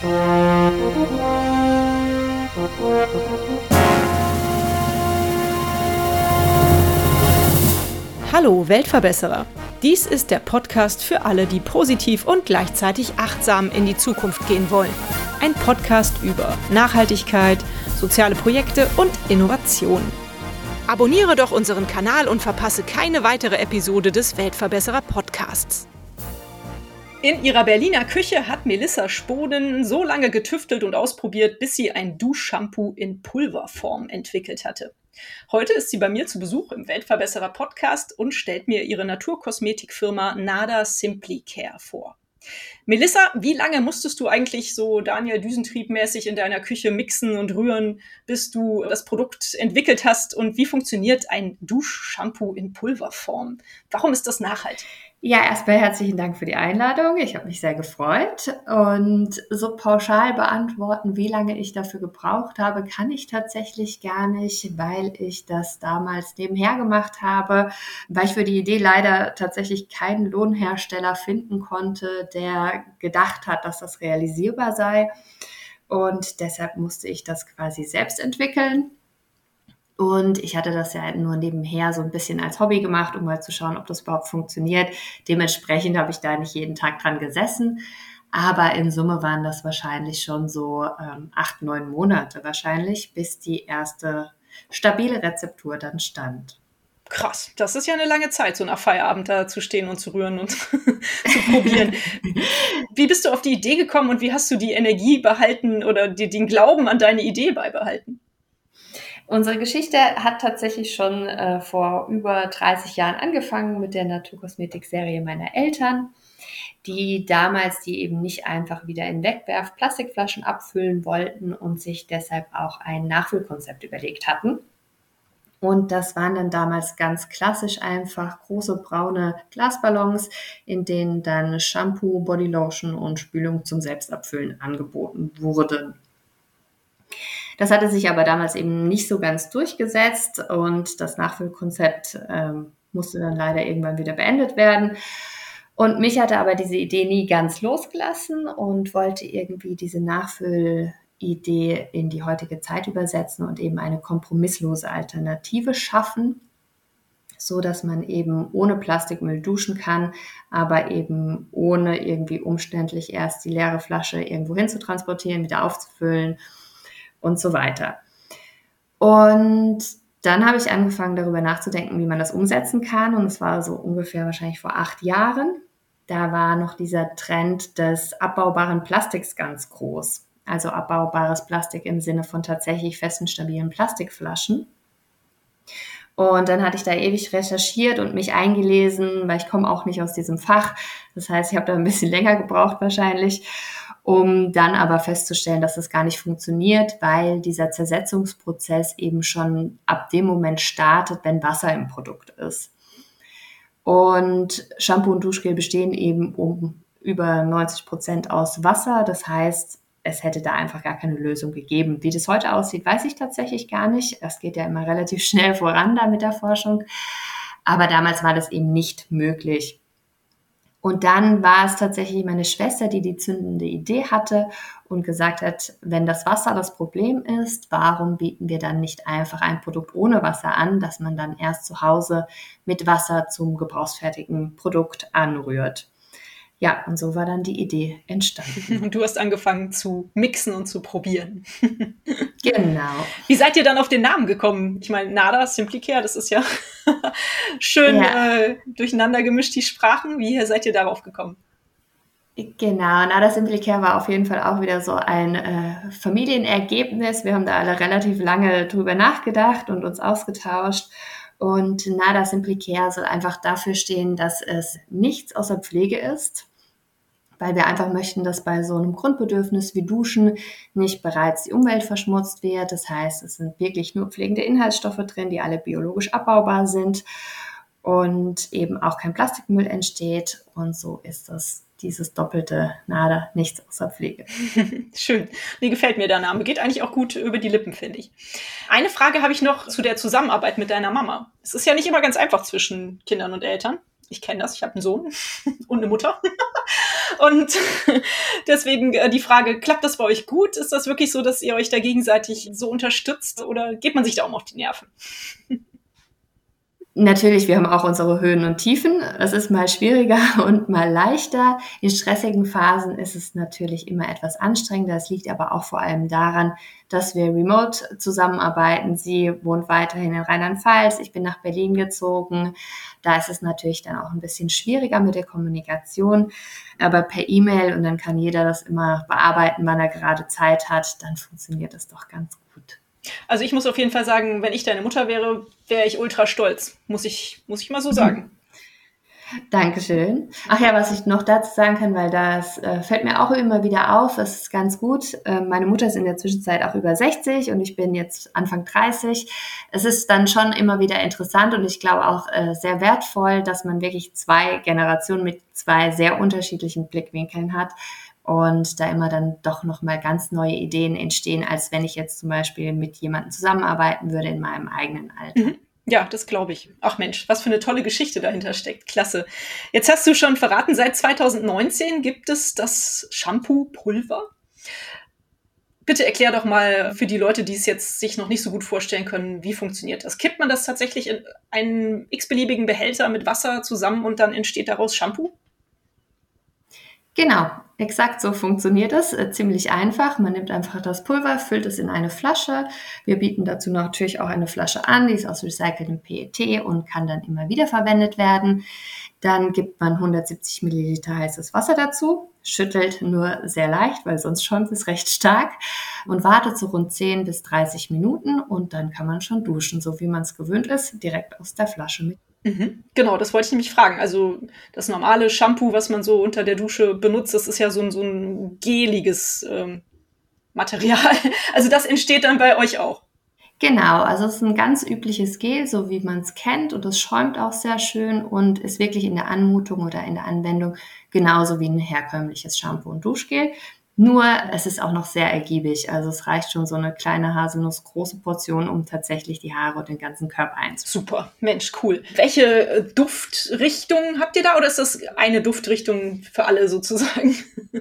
Hallo Weltverbesserer! Dies ist der Podcast für alle, die positiv und gleichzeitig achtsam in die Zukunft gehen wollen. Ein Podcast über Nachhaltigkeit, soziale Projekte und Innovation. Abonniere doch unseren Kanal und verpasse keine weitere Episode des Weltverbesserer Podcasts. In ihrer Berliner Küche hat Melissa Spoden so lange getüftelt und ausprobiert, bis sie ein Duschshampoo in Pulverform entwickelt hatte. Heute ist sie bei mir zu Besuch im Weltverbesserer Podcast und stellt mir ihre Naturkosmetikfirma Nada Simply Care vor. Melissa, wie lange musstest du eigentlich so Daniel Düsentrieb-mäßig in deiner Küche mixen und rühren, bis du das Produkt entwickelt hast? Und wie funktioniert ein Duschshampoo in Pulverform? Warum ist das nachhaltig? Ja, erstmal herzlichen Dank für die Einladung. Ich habe mich sehr gefreut. Und so pauschal beantworten, wie lange ich dafür gebraucht habe, kann ich tatsächlich gar nicht, weil ich das damals nebenher gemacht habe, weil ich für die Idee leider tatsächlich keinen Lohnhersteller finden konnte, der gedacht hat, dass das realisierbar sei. Und deshalb musste ich das quasi selbst entwickeln. Und ich hatte das ja nur nebenher so ein bisschen als Hobby gemacht, um mal zu schauen, ob das überhaupt funktioniert. Dementsprechend habe ich da nicht jeden Tag dran gesessen. Aber in Summe waren das wahrscheinlich schon so 8, 9 Monate wahrscheinlich, bis die erste stabile Rezeptur dann stand. Krass, das ist ja eine lange Zeit, so nach Feierabend da zu stehen und zu rühren und zu probieren. Wie bist du auf die Idee gekommen und wie hast du die Energie behalten oder den Glauben an deine Idee beibehalten? Unsere Geschichte hat tatsächlich schon vor über 30 Jahren angefangen mit der Naturkosmetik-Serie meiner Eltern, die damals die eben nicht einfach wieder in Wegwerf-Plastikflaschen abfüllen wollten und sich deshalb auch ein Nachfüllkonzept überlegt hatten. Und das waren dann damals ganz klassisch einfach große braune Glasballons, in denen dann Shampoo, Bodylotion und Spülung zum Selbstabfüllen angeboten wurden. Das hatte sich aber damals eben nicht so ganz durchgesetzt und das Nachfüllkonzept musste dann leider irgendwann wieder beendet werden. Und mich hatte aber diese Idee nie ganz losgelassen und wollte irgendwie diese Nachfüllidee in die heutige Zeit übersetzen und eben eine kompromisslose Alternative schaffen, so dass man eben ohne Plastikmüll duschen kann, aber eben ohne irgendwie umständlich erst die leere Flasche irgendwo hin zu transportieren, wieder aufzufüllen und so weiter. Und dann habe ich angefangen, darüber nachzudenken, wie man das umsetzen kann. Und es war so ungefähr wahrscheinlich vor 8 Jahren. Da war noch dieser Trend des abbaubaren Plastiks ganz groß. Also abbaubares Plastik im Sinne von tatsächlich festen, stabilen Plastikflaschen. Und dann hatte ich da ewig recherchiert und mich eingelesen, weil ich komme auch nicht aus diesem Fach. Das heißt, ich habe da ein bisschen länger gebraucht wahrscheinlich, um dann aber festzustellen, dass das gar nicht funktioniert, weil dieser Zersetzungsprozess eben schon ab dem Moment startet, wenn Wasser im Produkt ist. Und Shampoo und Duschgel bestehen eben um über 90% aus Wasser. Das heißt, es hätte da einfach gar keine Lösung gegeben. Wie das heute aussieht, weiß ich tatsächlich gar nicht. Das geht ja immer relativ schnell voran da mit der Forschung. Aber damals war das eben nicht möglich. Und dann war es tatsächlich meine Schwester, die die zündende Idee hatte und gesagt hat, wenn das Wasser das Problem ist, warum bieten wir dann nicht einfach ein Produkt ohne Wasser an, das man dann erst zu Hause mit Wasser zum gebrauchsfertigen Produkt anrührt. Ja, und so war dann die Idee entstanden. Und du hast angefangen zu mixen und zu probieren. Genau. Wie seid ihr dann auf den Namen gekommen? Ich meine, Nada Simply Care, das ist ja schön durcheinander gemischt, die Sprachen. Wie seid ihr darauf gekommen? Genau, Nada Simply Care war auf jeden Fall auch wieder so ein Familienergebnis. Wir haben da alle relativ lange drüber nachgedacht und uns ausgetauscht. Und Nada Simply Care soll einfach dafür stehen, dass es nichts außer Pflege ist, weil wir einfach möchten, dass bei so einem Grundbedürfnis wie Duschen nicht bereits die Umwelt verschmutzt wird. Das heißt, es sind wirklich nur pflegende Inhaltsstoffe drin, die alle biologisch abbaubar sind und eben auch kein Plastikmüll entsteht. Und so ist das dieses doppelte Nada, nichts außer Pflege. Schön. Mir gefällt mir der Name. Geht eigentlich auch gut über die Lippen, finde ich. Eine Frage habe ich noch zu der Zusammenarbeit mit deiner Mama. Es ist ja nicht immer ganz einfach zwischen Kindern und Eltern. Ich kenne das, ich habe einen Sohn und eine Mutter. Und deswegen die Frage, klappt das bei euch gut? Ist das wirklich so, dass ihr euch da gegenseitig so unterstützt oder geht man sich da auch auf die Nerven? Natürlich, wir haben auch unsere Höhen und Tiefen. Es ist mal schwieriger und mal leichter. In stressigen Phasen ist es natürlich immer etwas anstrengender. Es liegt aber auch vor allem daran, dass wir remote zusammenarbeiten. Sie wohnt weiterhin in Rheinland-Pfalz. Ich bin nach Berlin gezogen. Da ist es natürlich dann auch ein bisschen schwieriger mit der Kommunikation. Aber per E-Mail und dann kann jeder das immer bearbeiten, wann er gerade Zeit hat. Dann funktioniert das doch ganz gut. Also ich muss auf jeden Fall sagen, wenn ich deine Mutter wäre, wäre ich ultra stolz. Muss ich mal so sagen. Dankeschön. Ach ja, was ich noch dazu sagen kann, weil das fällt mir auch immer wieder auf, das ist ganz gut. Meine Mutter ist in der Zwischenzeit auch über 60 und ich bin jetzt Anfang 30. Es ist dann schon immer wieder interessant und ich glaube auch sehr wertvoll, dass man wirklich zwei Generationen mit zwei sehr unterschiedlichen Blickwinkeln hat. Und da immer dann doch nochmal ganz neue Ideen entstehen, als wenn ich jetzt zum Beispiel mit jemandem zusammenarbeiten würde in meinem eigenen Alter. Mhm. Ja, das glaube ich. Ach Mensch, was für eine tolle Geschichte dahinter steckt. Klasse. Jetzt hast du schon verraten, seit 2019 gibt es das Shampoo-Pulver. Bitte erklär doch mal für die Leute, die es jetzt sich noch nicht so gut vorstellen können, wie funktioniert das? Kippt man das tatsächlich in einen x-beliebigen Behälter mit Wasser zusammen und dann entsteht daraus Shampoo? Genau, exakt so funktioniert es. Ziemlich einfach. Man nimmt einfach das Pulver, füllt es in eine Flasche. Wir bieten dazu natürlich auch eine Flasche an, die ist aus recyceltem PET und kann dann immer wieder verwendet werden. Dann gibt man 170 Milliliter heißes Wasser dazu, schüttelt nur sehr leicht, weil sonst schäumt es recht stark und wartet so rund 10 bis 30 Minuten und dann kann man schon duschen, so wie man es gewöhnt ist, direkt aus der Flasche mit. Mhm. Genau, das wollte ich nämlich fragen. Also das normale Shampoo, was man so unter der Dusche benutzt, das ist ja so ein geliges Material. Also das entsteht dann bei euch auch. Genau, also es ist ein ganz übliches Gel, so wie man es kennt und es schäumt auch sehr schön und ist wirklich in der Anmutung oder in der Anwendung genauso wie ein herkömmliches Shampoo und Duschgel. Nur es ist auch noch sehr ergiebig, also es reicht schon so eine kleine haselnussgroße Portion, um tatsächlich die Haare und den ganzen Körper einzuschmieren. Super, Mensch, cool. Welche Duftrichtung habt ihr da oder ist das eine Duftrichtung für alle sozusagen?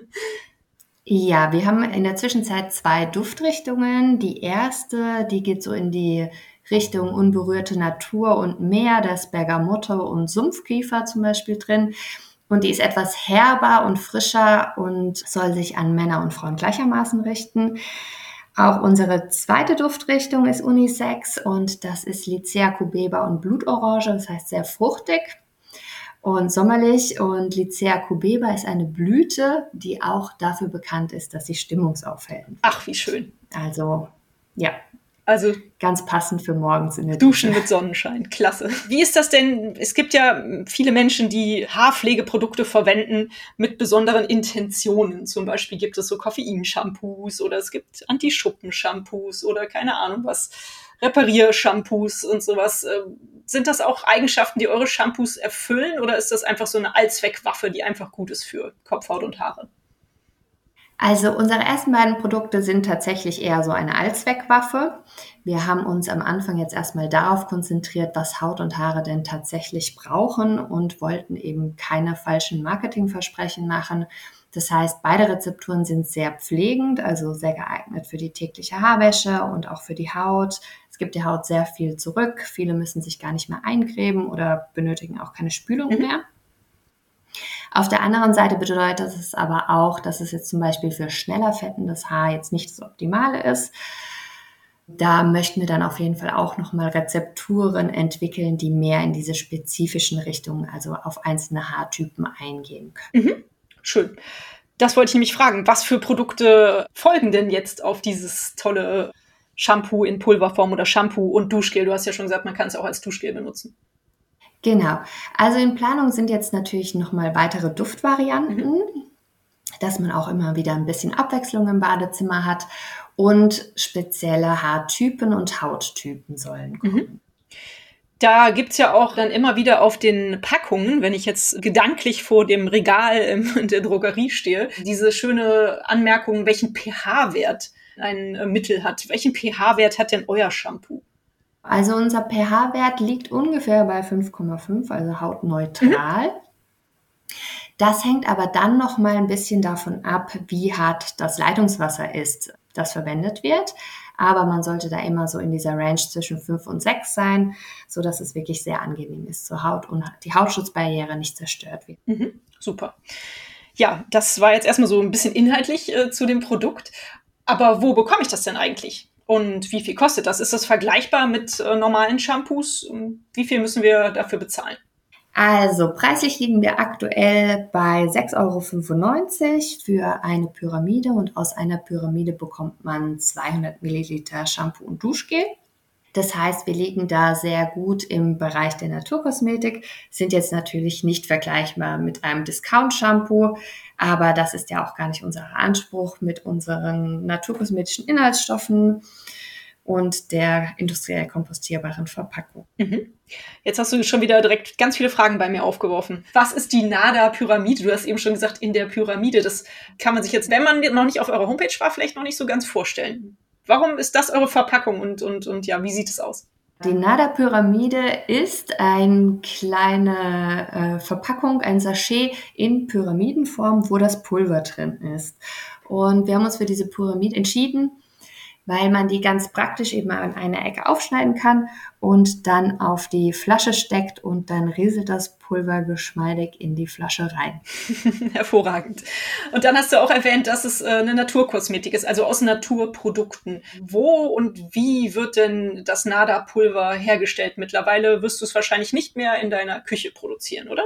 Ja, wir haben in der Zwischenzeit 2 Duftrichtungen. Die erste, die geht so in die Richtung unberührte Natur und Meer, da ist Bergamotte und Sumpfkiefer zum Beispiel drin. Und die ist etwas herber und frischer und soll sich an Männer und Frauen gleichermaßen richten. Auch unsere zweite Duftrichtung ist Unisex und das ist Lycea cubeba und Blutorange, das heißt sehr fruchtig und sommerlich. Und Lycea cubeba ist eine Blüte, die auch dafür bekannt ist, dass sie stimmungsaufhellend. Ach, wie schön. Also, ja. Also ganz passend für morgens in der Duschen Dusche. mit Sonnenschein, klasse. Wie ist das denn? Es gibt ja viele Menschen, die Haarpflegeprodukte verwenden mit besonderen Intentionen. Zum Beispiel gibt es so Koffein-Shampoos oder es gibt Anti-Schuppen-Shampoos oder keine Ahnung was, Reparier-Shampoos und sowas. Sind das auch Eigenschaften, die eure Shampoos erfüllen oder ist das einfach so eine Allzweckwaffe, die einfach gut ist für Kopf, Haut und Haare? Also unsere ersten beiden Produkte sind tatsächlich eher so eine Allzweckwaffe. Wir haben uns am Anfang jetzt erstmal darauf konzentriert, was Haut und Haare denn tatsächlich brauchen und wollten eben keine falschen Marketingversprechen machen. Das heißt, beide Rezepturen sind sehr pflegend, also sehr geeignet für die tägliche Haarwäsche und auch für die Haut. Es gibt der Haut sehr viel zurück. Viele müssen sich gar nicht mehr eincremen oder benötigen auch keine Spülung mehr. Auf der anderen Seite bedeutet es aber auch, dass es jetzt zum Beispiel für schneller fettendes Haar jetzt nicht das Optimale ist. Da möchten wir dann auf jeden Fall auch nochmal Rezepturen entwickeln, die mehr in diese spezifischen Richtungen, also auf einzelne Haartypen eingehen können. Mhm. Schön. Das wollte ich nämlich fragen. Was für Produkte folgen denn jetzt auf dieses tolle Shampoo in Pulverform oder Shampoo und Duschgel? Du hast ja schon gesagt, man kann es auch als Duschgel benutzen. Genau. Also in Planung sind jetzt natürlich nochmal weitere Duftvarianten, dass man auch immer wieder ein bisschen Abwechslung im Badezimmer hat und spezielle Haartypen und Hauttypen sollen kommen. Da gibt's ja auch dann immer wieder auf den Packungen, wenn ich jetzt gedanklich vor dem Regal in der Drogerie stehe, diese schöne Anmerkung, welchen pH-Wert ein Mittel hat. Welchen pH-Wert hat denn euer Shampoo? Also unser pH-Wert liegt ungefähr bei 5,5, also hautneutral. Das hängt aber dann noch mal ein bisschen davon ab, wie hart das Leitungswasser ist, das verwendet wird. Aber man sollte da immer so in dieser Range zwischen 5 und 6 sein, sodass es wirklich sehr angenehm ist zur Haut und die Hautschutzbarriere nicht zerstört wird. Super. Ja, das war jetzt erstmal so ein bisschen inhaltlich zu dem Produkt. Aber wo bekomme ich das denn eigentlich? Und wie viel kostet das? Ist das vergleichbar mit normalen Shampoos? Wie viel müssen wir dafür bezahlen? Also preislich liegen wir aktuell bei 6,95 € für eine Pyramide und aus einer Pyramide bekommt man 200 Milliliter Shampoo und Duschgel. Das heißt, wir liegen da sehr gut im Bereich der Naturkosmetik, sind jetzt natürlich nicht vergleichbar mit einem Discount-Shampoo, aber das ist ja auch gar nicht unser Anspruch mit unseren naturkosmetischen Inhaltsstoffen und der industriell kompostierbaren Verpackung. Jetzt hast du schon wieder direkt ganz viele Fragen bei mir aufgeworfen. Was ist die NADA-Pyramide? Du hast eben schon gesagt, in der Pyramide. Das kann man sich jetzt, wenn man noch nicht auf eurer Homepage war, vielleicht noch nicht so ganz vorstellen. Warum ist das eure Verpackung und ja, wie sieht es aus? Die NADA-Pyramide ist eine kleine Verpackung, ein Sachet in Pyramidenform, wo das Pulver drin ist. Und wir haben uns für diese Pyramide entschieden, weil man die ganz praktisch eben an einer Ecke aufschneiden kann und dann auf die Flasche steckt und dann rieselt das Pulver geschmeidig in die Flasche rein. Hervorragend. Und dann hast du auch erwähnt, dass es eine Naturkosmetik ist, also aus Naturprodukten. Wo und wie wird denn das NADA-Pulver hergestellt? Mittlerweile wirst du es wahrscheinlich nicht mehr in deiner Küche produzieren, oder?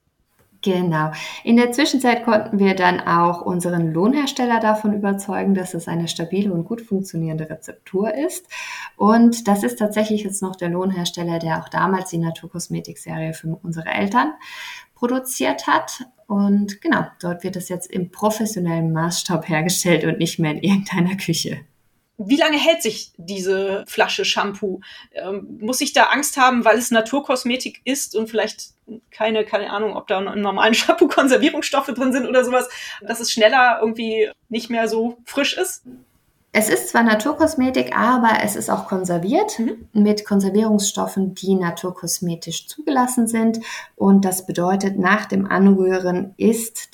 Genau. In der Zwischenzeit konnten wir dann auch unseren Lohnhersteller davon überzeugen, dass es eine stabile und gut funktionierende Rezeptur ist. Und das ist tatsächlich jetzt noch der Lohnhersteller, der auch damals die Naturkosmetik-Serie für unsere Eltern produziert hat. Und genau, dort wird es jetzt im professionellen Maßstab hergestellt und nicht mehr in irgendeiner Küche. Wie lange hält sich diese Flasche Shampoo? Muss ich da Angst haben, weil es Naturkosmetik ist und vielleicht keine Ahnung, ob da im normalen Shampoo Konservierungsstoffe drin sind oder sowas, dass es schneller irgendwie nicht mehr so frisch ist? Es ist zwar Naturkosmetik, aber es ist auch konserviert mit Konservierungsstoffen, die naturkosmetisch zugelassen sind. Und das bedeutet, nach dem Anrühren ist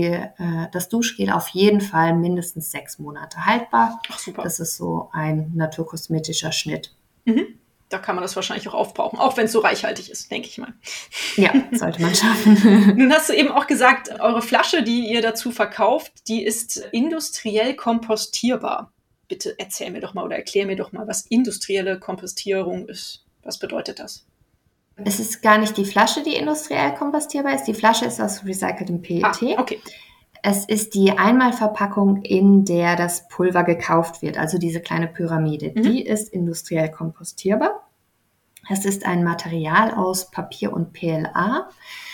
das Duschgel auf jeden Fall mindestens 6 Monate haltbar. Ach, super. Das ist so ein naturkosmetischer Schnitt. Da kann man das wahrscheinlich auch aufbrauchen, auch wenn es so reichhaltig ist, denke ich mal. Ja, sollte man schaffen. Nun hast du eben auch gesagt, eure Flasche, die ihr dazu verkauft, die ist industriell kompostierbar. Bitte erzähl mir doch mal oder erklär mir doch mal, was industrielle Kompostierung ist. Was bedeutet das? Es ist gar nicht die Flasche, die industriell kompostierbar ist. Die Flasche ist aus recyceltem PET. Okay. Es ist die Einmalverpackung, in der das Pulver gekauft wird, also diese kleine Pyramide. Die ist industriell kompostierbar. Es ist ein Material aus Papier und PLA.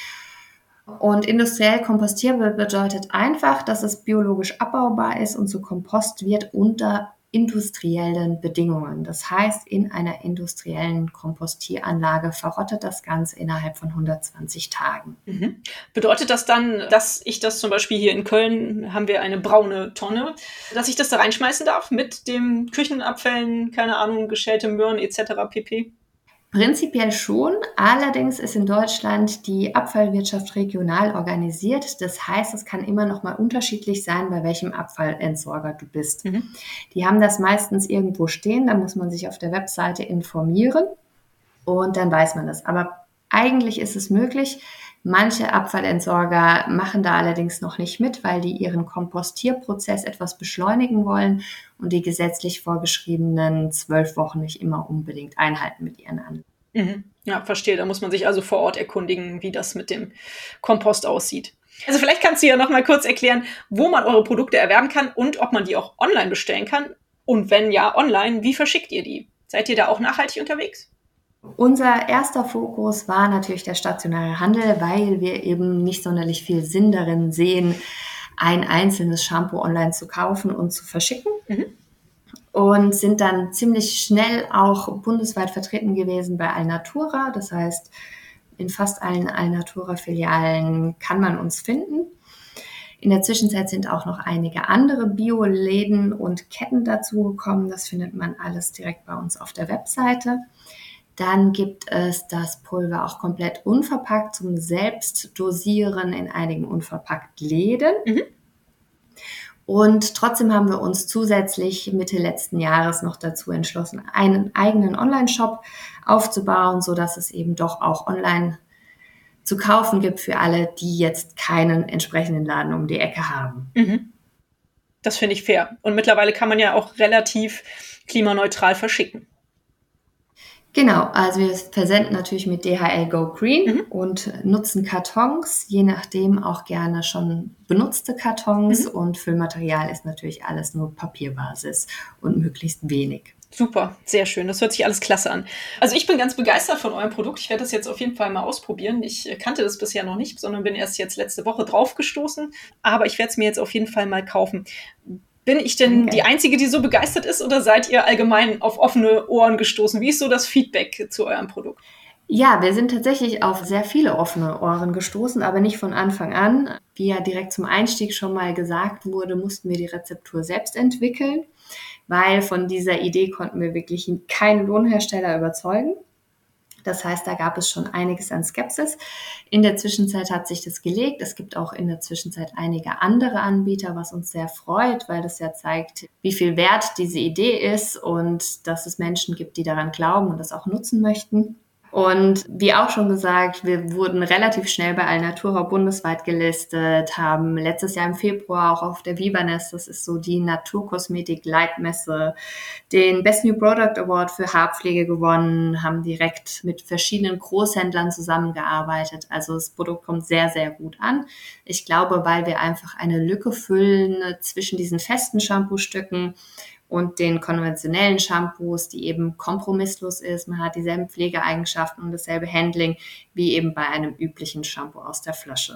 Und industriell kompostierbar bedeutet einfach, dass es biologisch abbaubar ist und zu Kompost wird unter industriellen Bedingungen. Das heißt, in einer industriellen Kompostieranlage verrottet das Ganze innerhalb von 120 Tagen. Bedeutet das dann, dass ich das zum Beispiel hier in Köln, haben wir eine braune Tonne, dass ich das da reinschmeißen darf mit den Küchenabfällen, keine Ahnung, geschälte Möhren etc. pp.? Prinzipiell schon, allerdings ist in Deutschland die Abfallwirtschaft regional organisiert. Das heißt, es kann immer noch mal unterschiedlich sein, bei welchem Abfallentsorger du bist. Die haben das meistens irgendwo stehen, da muss man sich auf der Webseite informieren und dann weiß man das. Aber eigentlich ist es möglich. Manche Abfallentsorger machen da allerdings noch nicht mit, weil die ihren Kompostierprozess etwas beschleunigen wollen und die gesetzlich vorgeschriebenen 12 Wochen nicht immer unbedingt einhalten mit ihren Anlagen. Ja, verstehe. Da muss man sich also vor Ort erkundigen, wie das mit dem Kompost aussieht. Also vielleicht kannst du ja noch mal kurz erklären, wo man eure Produkte erwerben kann und ob man die auch online bestellen kann. Und wenn ja, online, wie verschickt ihr die? Seid ihr da auch nachhaltig unterwegs? Unser erster Fokus war natürlich der stationäre Handel, weil wir eben nicht sonderlich viel Sinn darin sehen, ein einzelnes Shampoo online zu kaufen und zu verschicken. Und sind dann ziemlich schnell auch bundesweit vertreten gewesen bei Alnatura. Das heißt, in fast allen Alnatura-Filialen kann man uns finden. In der Zwischenzeit sind auch noch einige andere Bioläden und Ketten dazugekommen. Das findet man alles direkt bei uns auf der Webseite. Dann gibt es das Pulver auch komplett unverpackt zum Selbstdosieren in einigen Unverpackt-Läden. Und trotzdem haben wir uns zusätzlich Mitte letzten Jahres noch dazu entschlossen, einen eigenen Online-Shop aufzubauen, sodass es eben doch auch online zu kaufen gibt für alle, die jetzt keinen entsprechenden Laden um die Ecke haben. Das finde ich fair. Und mittlerweile kann man ja auch relativ klimaneutral verschicken. Genau, also wir versenden natürlich mit DHL Go Green und nutzen Kartons, je nachdem auch gerne schon benutzte Kartons und Füllmaterial ist natürlich alles nur Papierbasis und möglichst wenig. Super, sehr schön. Das hört sich alles klasse an. Also ich bin ganz begeistert von eurem Produkt. Ich werde das jetzt auf jeden Fall mal ausprobieren. Ich kannte das bisher noch nicht, sondern bin erst jetzt letzte Woche drauf gestoßen. Aber ich werde es mir jetzt auf jeden Fall mal kaufen. Bin ich denn die Einzige, die so begeistert ist, oder seid ihr allgemein auf offene Ohren gestoßen? Wie ist so das Feedback zu eurem Produkt? Ja, wir sind tatsächlich auf sehr viele offene Ohren gestoßen, aber nicht von Anfang an. Wie ja direkt zum Einstieg schon mal gesagt wurde, mussten wir die Rezeptur selbst entwickeln, weil von dieser Idee konnten wir wirklich keinen Lohnhersteller überzeugen. Das heißt, da gab es schon einiges an Skepsis. In der Zwischenzeit hat sich das gelegt. Es gibt auch in der Zwischenzeit einige andere Anbieter, was uns sehr freut, weil das ja zeigt, wie viel wert diese Idee ist und dass es Menschen gibt, die daran glauben und das auch nutzen möchten. Und wie auch schon gesagt, wir wurden relativ schnell bei Alnatura bundesweit gelistet, haben letztes Jahr im Februar auch auf der Vivaness, das ist so die Naturkosmetik-Leitmesse, den Best New Product Award für Haarpflege gewonnen, haben direkt mit verschiedenen Großhändlern zusammengearbeitet. Also das Produkt kommt sehr, sehr gut an. Ich glaube, weil wir einfach eine Lücke füllen zwischen diesen festen Shampoo-Stücken und den konventionellen Shampoos, die eben kompromisslos ist. Man hat dieselben Pflegeeigenschaften und dasselbe Handling wie eben bei einem üblichen Shampoo aus der Flasche.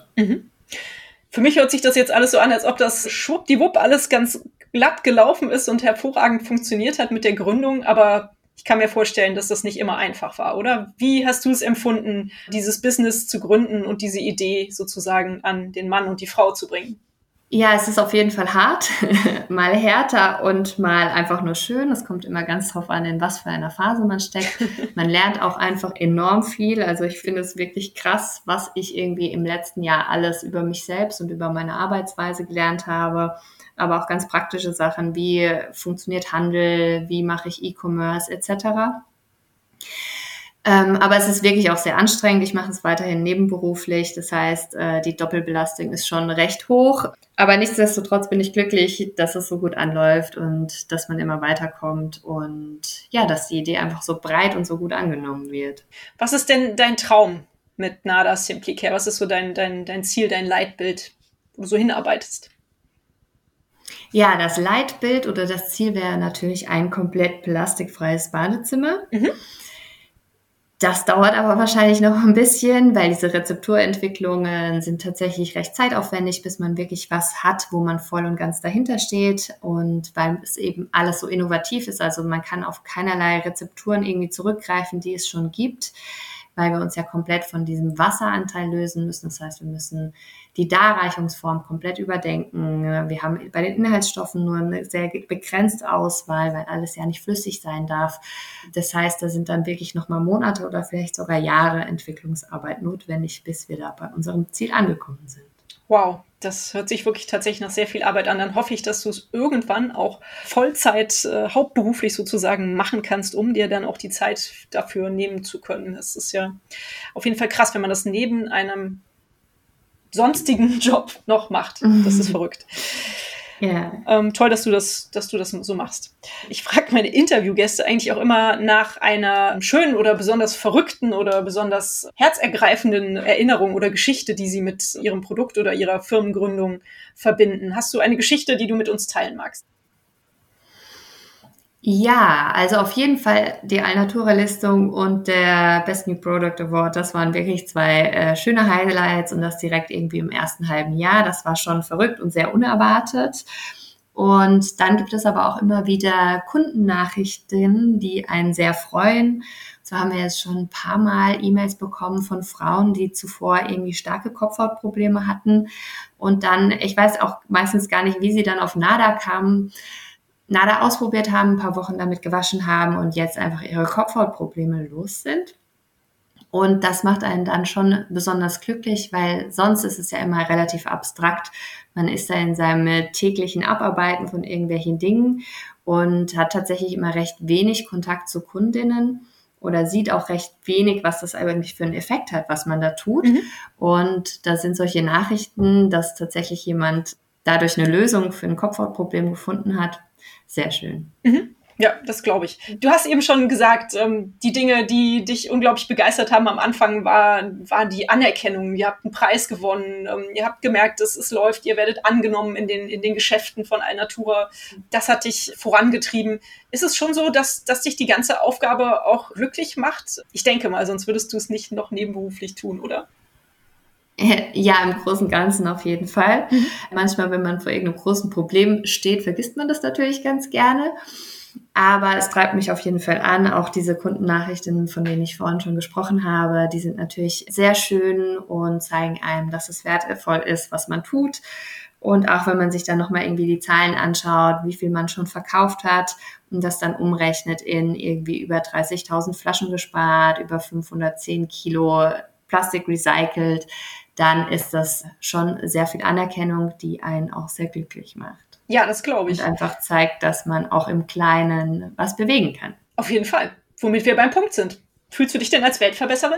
Für mich hört sich das jetzt alles so an, als ob das schwuppdiwupp alles ganz glatt gelaufen ist und hervorragend funktioniert hat mit der Gründung. Aber ich kann mir vorstellen, dass das nicht immer einfach war, oder? Wie hast du es empfunden, dieses Business zu gründen und diese Idee sozusagen an den Mann und die Frau zu bringen? Ja, es ist auf jeden Fall hart, mal härter und mal einfach nur schön. Es kommt immer ganz drauf an, in was für einer Phase man steckt. Man lernt auch einfach enorm viel. Also ich finde es wirklich krass, was ich irgendwie im letzten Jahr alles über mich selbst und über meine Arbeitsweise gelernt habe. Aber auch ganz praktische Sachen, wie funktioniert Handel, wie mache ich E-Commerce etc. Aber es ist wirklich auch sehr anstrengend. Ich mache es weiterhin nebenberuflich. Das heißt, die Doppelbelastung ist schon recht hoch. Aber nichtsdestotrotz bin ich glücklich, dass es so gut anläuft und dass man immer weiterkommt und ja, dass die Idee einfach so breit und so gut angenommen wird. Was ist denn dein Traum mit Nada Simply Care? Was ist so dein Ziel, dein Leitbild, wo du so hinarbeitest? Ja, das Leitbild oder das Ziel wäre natürlich ein komplett plastikfreies Badezimmer. Das dauert aber wahrscheinlich noch ein bisschen, weil diese Rezepturentwicklungen sind tatsächlich recht zeitaufwendig, bis man wirklich was hat, wo man voll und ganz dahinter steht und weil es eben alles so innovativ ist. Also man kann auf keinerlei Rezepturen irgendwie zurückgreifen, die es schon gibt, weil wir uns ja komplett von diesem Wasseranteil lösen müssen. Das heißt, wir müssen die Darreichungsform komplett überdenken. Wir haben bei den Inhaltsstoffen nur eine sehr begrenzte Auswahl, weil alles ja nicht flüssig sein darf. Das heißt, da sind dann wirklich nochmal Monate oder vielleicht sogar Jahre Entwicklungsarbeit notwendig, bis wir da bei unserem Ziel angekommen sind. Wow, das hört sich wirklich tatsächlich nach sehr viel Arbeit an. Dann hoffe ich, dass du es irgendwann auch Vollzeit, hauptberuflich sozusagen machen kannst, um dir dann auch die Zeit dafür nehmen zu können. Das ist ja auf jeden Fall krass, wenn man das neben einem sonstigen Job noch macht. Das ist verrückt. Ja. Toll, dass du das so machst. Ich frage meine Interviewgäste eigentlich auch immer nach einer schönen oder besonders verrückten oder besonders herzergreifenden Erinnerung oder Geschichte, die sie mit ihrem Produkt oder ihrer Firmengründung verbinden. Hast du eine Geschichte, die du mit uns teilen magst? Ja, also auf jeden Fall die Alnatura-Listung und der Best New Product Award, das waren wirklich zwei schöne Highlights und das direkt irgendwie im ersten halben Jahr. Das war schon verrückt und sehr unerwartet. Und dann gibt es aber auch immer wieder Kundennachrichten, die einen sehr freuen. So haben wir jetzt schon ein paar Mal E-Mails bekommen von Frauen, die zuvor irgendwie starke Kopfhautprobleme hatten und dann, ich weiß auch meistens gar nicht, wie sie dann auf Nada kamen, Nada ausprobiert haben, ein paar Wochen damit gewaschen haben und jetzt einfach ihre Kopfhautprobleme los sind. Und das macht einen dann schon besonders glücklich, weil sonst ist es ja immer relativ abstrakt. Man ist da in seinem täglichen Abarbeiten von irgendwelchen Dingen und hat tatsächlich immer recht wenig Kontakt zu Kundinnen oder sieht auch recht wenig, was das eigentlich für einen Effekt hat, was man da tut. Und da sind solche Nachrichten, dass tatsächlich jemand dadurch eine Lösung für ein Kopfhautproblem gefunden hat, sehr schön. Ja, das glaube ich. Du hast eben schon gesagt, die Dinge, die dich unglaublich begeistert haben am Anfang, war die Anerkennung. Ihr habt einen Preis gewonnen, ihr habt gemerkt, dass es läuft, ihr werdet angenommen in den Geschäften von Alnatura. Das hat dich vorangetrieben. Ist es schon so, dass dich die ganze Aufgabe auch glücklich macht? Ich denke mal, sonst würdest du es nicht noch nebenberuflich tun, oder? Ja, im Großen und Ganzen auf jeden Fall. Manchmal, wenn man vor irgendeinem großen Problem steht, vergisst man das natürlich ganz gerne. Aber es treibt mich auf jeden Fall an. Auch diese Kundennachrichten, von denen ich vorhin schon gesprochen habe, die sind natürlich sehr schön und zeigen einem, dass es wertvoll ist, was man tut. Und auch wenn man sich dann nochmal irgendwie die Zahlen anschaut, wie viel man schon verkauft hat und das dann umrechnet in irgendwie über 30.000 Flaschen gespart, über 510 Kilo Plastik recycelt, dann ist das schon sehr viel Anerkennung, die einen auch sehr glücklich macht. Ja, das glaube ich. Und einfach zeigt, dass man auch im Kleinen was bewegen kann. Auf jeden Fall. Womit wir beim Punkt sind. Fühlst du dich denn als Weltverbesserin?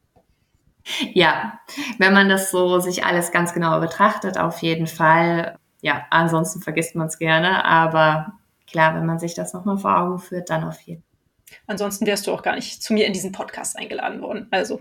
Ja, wenn man das so sich alles ganz genau betrachtet, auf jeden Fall. Ja, ansonsten vergisst man es gerne, aber klar, wenn man sich das nochmal vor Augen führt, dann auf jeden Fall. Ansonsten wärst du auch gar nicht zu mir in diesen Podcast eingeladen worden. Also.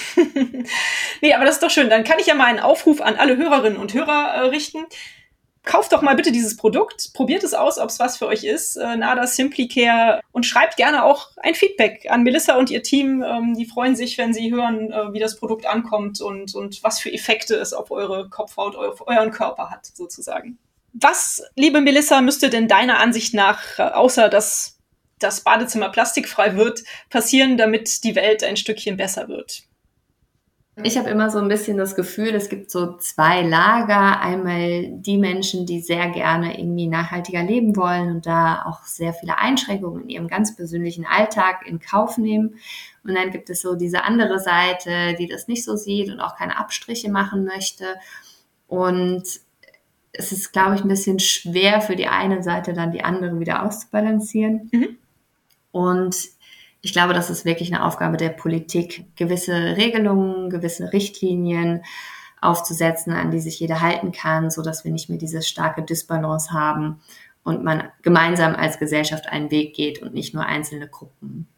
Nee, aber das ist doch schön. Dann kann ich ja mal einen Aufruf an alle Hörerinnen und Hörer richten. Kauft doch mal bitte dieses Produkt, probiert es aus, ob es was für euch ist, Nada Simply Care, und schreibt gerne auch ein Feedback an Melissa und ihr Team. Die freuen sich, wenn sie hören, wie das Produkt ankommt und was für Effekte es auf eure Kopfhaut, auf euren Körper hat, sozusagen. Was, liebe Melissa, müsste denn deiner Ansicht nach, außer dass das Badezimmer plastikfrei wird, passieren, damit die Welt ein Stückchen besser wird? Ich habe immer so ein bisschen das Gefühl, es gibt so zwei Lager. Einmal die Menschen, die sehr gerne irgendwie nachhaltiger leben wollen und da auch sehr viele Einschränkungen in ihrem ganz persönlichen Alltag in Kauf nehmen. Und dann gibt es so diese andere Seite, die das nicht so sieht und auch keine Abstriche machen möchte. Und es ist, glaube ich, ein bisschen schwer für die eine Seite dann die andere wieder auszubalancieren. Und ich glaube, das ist wirklich eine Aufgabe der Politik, gewisse Regelungen, gewisse Richtlinien aufzusetzen, an die sich jeder halten kann, so dass wir nicht mehr diese starke Disbalance haben und man gemeinsam als Gesellschaft einen Weg geht und nicht nur einzelne Gruppen.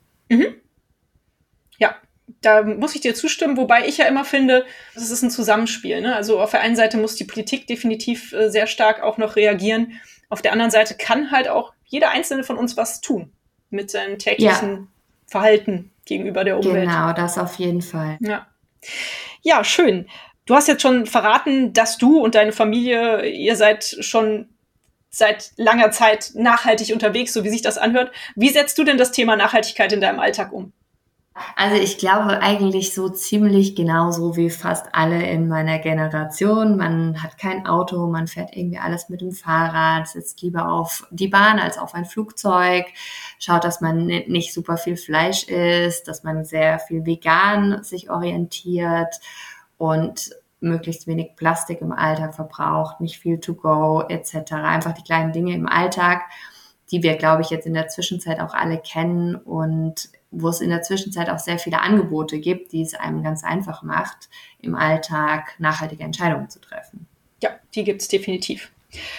Ja, da muss ich dir zustimmen, wobei ich ja immer finde, das ist ein Zusammenspiel. Ne? Also auf der einen Seite muss die Politik definitiv sehr stark auch noch reagieren. Auf der anderen Seite kann halt auch jeder Einzelne von uns was tun mit seinem täglichen Verhalten gegenüber der Umwelt. Genau, das auf jeden Fall. Ja, schön. Du hast jetzt schon verraten, dass du und deine Familie, ihr seid schon seit langer Zeit nachhaltig unterwegs, so wie sich das anhört. Wie setzt du denn das Thema Nachhaltigkeit in deinem Alltag um? Also ich glaube eigentlich so ziemlich genauso wie fast alle in meiner Generation. Man hat kein Auto, man fährt irgendwie alles mit dem Fahrrad, sitzt lieber auf die Bahn als auf ein Flugzeug, schaut, dass man nicht super viel Fleisch isst, dass man sehr viel vegan sich orientiert und möglichst wenig Plastik im Alltag verbraucht, nicht viel to go etc. Einfach die kleinen Dinge im Alltag, die wir, glaube ich, jetzt in der Zwischenzeit auch alle kennen und wo es in der Zwischenzeit auch sehr viele Angebote gibt, die es einem ganz einfach macht, im Alltag nachhaltige Entscheidungen zu treffen. Ja, die gibt es definitiv.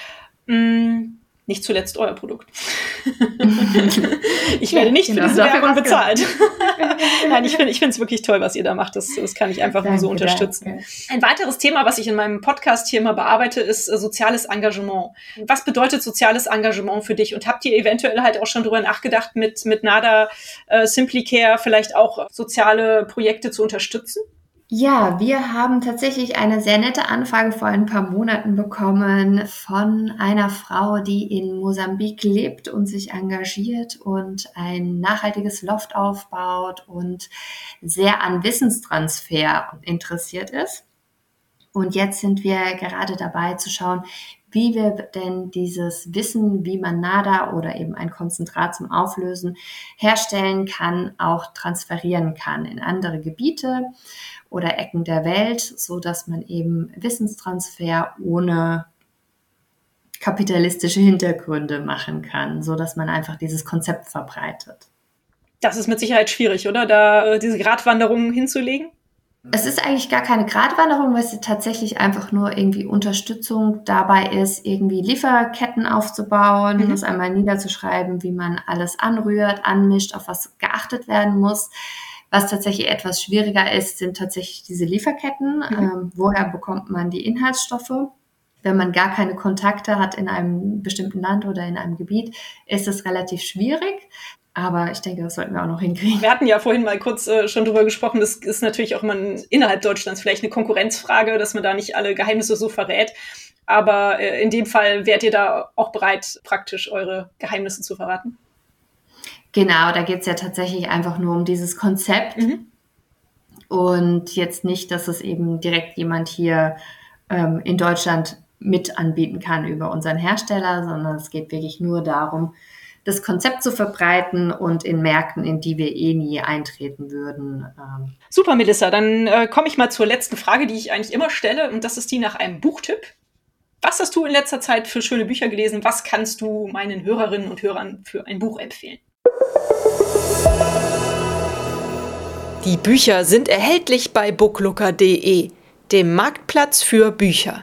Nicht zuletzt euer Produkt. Ich werde nicht für diese Werbung bezahlt. Nein, ich finde es wirklich toll, was ihr da macht. Das kann ich einfach nur so unterstützen. Danke. Ein weiteres Thema, was ich in meinem Podcast hier immer bearbeite, ist soziales Engagement. Was bedeutet soziales Engagement für dich? Und habt ihr eventuell halt auch schon drüber nachgedacht, mit Nada Simply Care vielleicht auch soziale Projekte zu unterstützen? Ja, wir haben tatsächlich eine sehr nette Anfrage vor ein paar Monaten bekommen von einer Frau, die in Mosambik lebt und sich engagiert und ein nachhaltiges Loft aufbaut und sehr an Wissenstransfer interessiert ist. Und jetzt sind wir gerade dabei zu schauen, wie wir denn dieses Wissen, wie man NADA oder eben ein Konzentrat zum Auflösen herstellen kann, auch transferieren kann in andere Gebiete oder Ecken der Welt, so dass man eben Wissenstransfer ohne kapitalistische Hintergründe machen kann, so dass man einfach dieses Konzept verbreitet. Das ist mit Sicherheit schwierig, oder? Da diese Gratwanderung hinzulegen? Es ist eigentlich gar keine Gratwanderung, weil es tatsächlich einfach nur irgendwie Unterstützung dabei ist, irgendwie Lieferketten aufzubauen, das einmal niederzuschreiben, wie man alles anrührt, anmischt, auf was geachtet werden muss. Was tatsächlich etwas schwieriger ist, sind tatsächlich diese Lieferketten. Woher bekommt man die Inhaltsstoffe? Wenn man gar keine Kontakte hat in einem bestimmten Land oder in einem Gebiet, ist es relativ schwierig. Aber ich denke, das sollten wir auch noch hinkriegen. Wir hatten ja vorhin mal kurz schon drüber gesprochen, das ist natürlich auch immer innerhalb Deutschlands vielleicht eine Konkurrenzfrage, dass man da nicht alle Geheimnisse so verrät. Aber in dem Fall wärt ihr da auch bereit, praktisch eure Geheimnisse zu verraten? Genau, da geht es ja tatsächlich einfach nur um dieses Konzept. Und jetzt nicht, dass es eben direkt jemand hier in Deutschland mit anbieten kann über unseren Hersteller, sondern es geht wirklich nur darum, das Konzept zu verbreiten und in Märkten, in die wir nie eintreten würden. Super, Melissa. Dann komme ich mal zur letzten Frage, die ich eigentlich immer stelle, und das ist die nach einem Buchtipp. Was hast du in letzter Zeit für schöne Bücher gelesen? Was kannst du meinen Hörerinnen und Hörern für ein Buch empfehlen? Die Bücher sind erhältlich bei booklooker.de, dem Marktplatz für Bücher.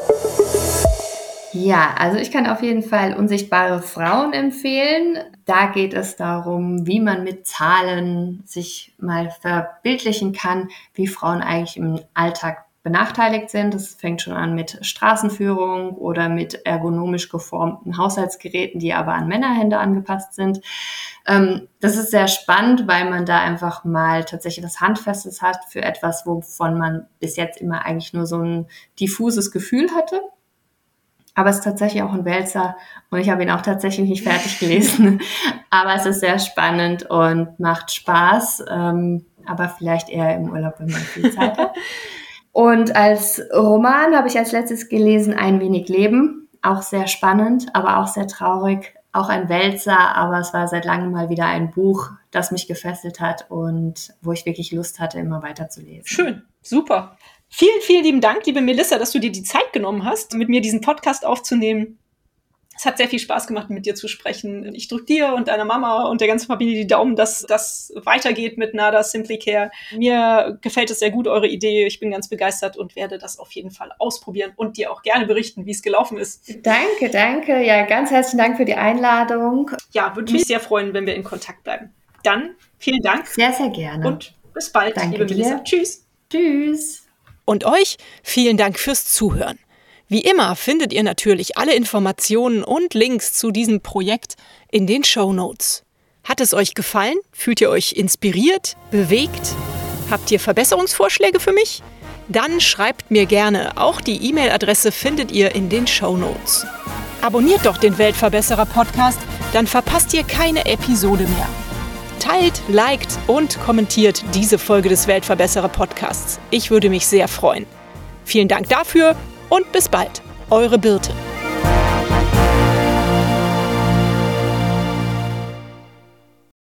Ja, also ich kann auf jeden Fall Unsichtbare Frauen empfehlen. Da geht es darum, wie man mit Zahlen sich mal verbildlichen kann, wie Frauen eigentlich im Alltag benachteiligt sind. Das fängt schon an mit Straßenführung oder mit ergonomisch geformten Haushaltsgeräten, die aber an Männerhände angepasst sind. Das ist sehr spannend, weil man da einfach mal tatsächlich was Handfestes hat für etwas, wovon man bis jetzt immer eigentlich nur so ein diffuses Gefühl hatte. Aber es ist tatsächlich auch ein Wälzer und ich habe ihn auch tatsächlich nicht fertig gelesen. Aber es ist sehr spannend und macht Spaß, aber vielleicht eher im Urlaub, wenn man viel Zeit hat. Und als Roman habe ich als letztes gelesen Ein wenig Leben. Auch sehr spannend, aber auch sehr traurig. Auch ein Wälzer, aber es war seit langem mal wieder ein Buch, das mich gefesselt hat und wo ich wirklich Lust hatte, immer weiterzulesen. Schön, super. Vielen, vielen lieben Dank, liebe Melissa, dass du dir die Zeit genommen hast, mit mir diesen Podcast aufzunehmen. Es hat sehr viel Spaß gemacht, mit dir zu sprechen. Ich drücke dir und deiner Mama und der ganzen Familie die Daumen, dass das weitergeht mit NADA Simply Care. Mir gefällt es sehr gut, eure Idee. Ich bin ganz begeistert und werde das auf jeden Fall ausprobieren und dir auch gerne berichten, wie es gelaufen ist. Danke. Ja, ganz herzlichen Dank für die Einladung. Ja, würde mich sehr freuen, wenn wir in Kontakt bleiben. Dann vielen Dank. Sehr, sehr gerne. Und bis bald, Danke liebe Melissa. Tschüss. Tschüss. Und euch vielen Dank fürs Zuhören. Wie immer findet ihr natürlich alle Informationen und Links zu diesem Projekt in den Shownotes. Hat es euch gefallen? Fühlt ihr euch inspiriert, bewegt? Habt ihr Verbesserungsvorschläge für mich? Dann schreibt mir gerne. Auch die E-Mail-Adresse findet ihr in den Shownotes. Abonniert doch den Weltverbesserer-Podcast, dann verpasst ihr keine Episode mehr. Teilt, liked und kommentiert diese Folge des Weltverbesserer-Podcasts. Ich würde mich sehr freuen. Vielen Dank dafür und bis bald. Eure Birte.